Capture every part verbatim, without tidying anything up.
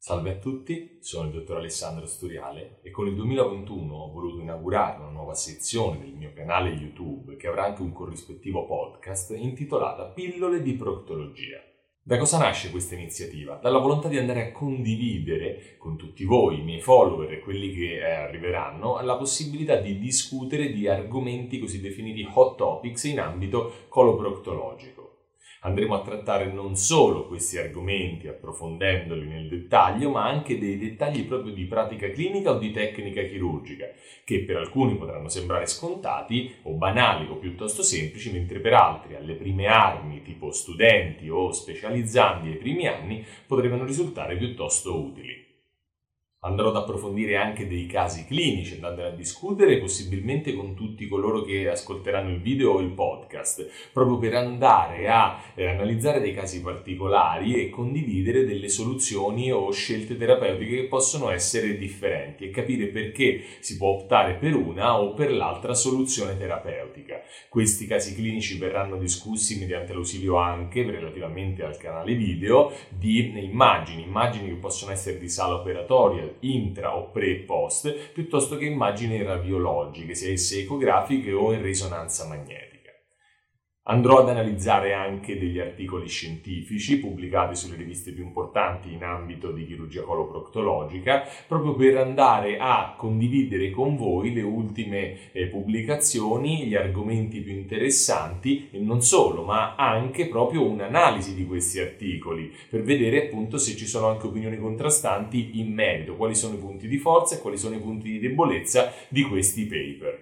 Salve a tutti, sono il dottor Alessandro Sturiale e con il duemilaventuno ho voluto inaugurare una nuova sezione del mio canale YouTube che avrà anche un corrispettivo podcast intitolata Pillole di Proctologia. Da cosa nasce questa iniziativa? Dalla volontà di andare a condividere con tutti voi, i miei follower e quelli che eh, arriveranno, la possibilità di discutere di argomenti così definiti hot topics in ambito coloproctologico. Andremo a trattare non solo questi argomenti approfondendoli nel dettaglio, ma anche dei dettagli proprio di pratica clinica o di tecnica chirurgica, che per alcuni potranno sembrare scontati o banali o piuttosto semplici, mentre per altri, alle prime armi, tipo studenti o specializzandi ai primi anni, potrebbero risultare piuttosto utili. Andrò ad approfondire anche dei casi clinici, andando a discutere possibilmente con tutti coloro che ascolteranno il video o il podcast, proprio per andare a eh, analizzare dei casi particolari e condividere delle soluzioni o scelte terapeutiche che possono essere differenti e capire perché si può optare per una o per l'altra soluzione terapeutica. Questi casi clinici verranno discussi mediante l'ausilio anche, relativamente al canale video, di immagini, immagini che possono essere di sala operatoria, intra o pre e post, piuttosto che immagini radiologiche, sia esse ecografiche o in risonanza magnetica. Andrò ad analizzare anche degli articoli scientifici pubblicati sulle riviste più importanti in ambito di chirurgia coloproctologica, proprio per andare a condividere con voi le ultime eh, pubblicazioni, gli argomenti più interessanti e non solo, ma anche proprio un'analisi di questi articoli, per vedere appunto se ci sono anche opinioni contrastanti in merito, quali sono i punti di forza e quali sono i punti di debolezza di questi paper.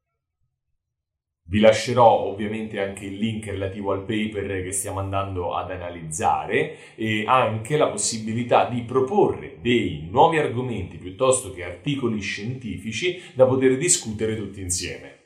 Vi lascerò ovviamente anche il link relativo al paper che stiamo andando ad analizzare e anche la possibilità di proporre dei nuovi argomenti piuttosto che articoli scientifici da poter discutere tutti insieme.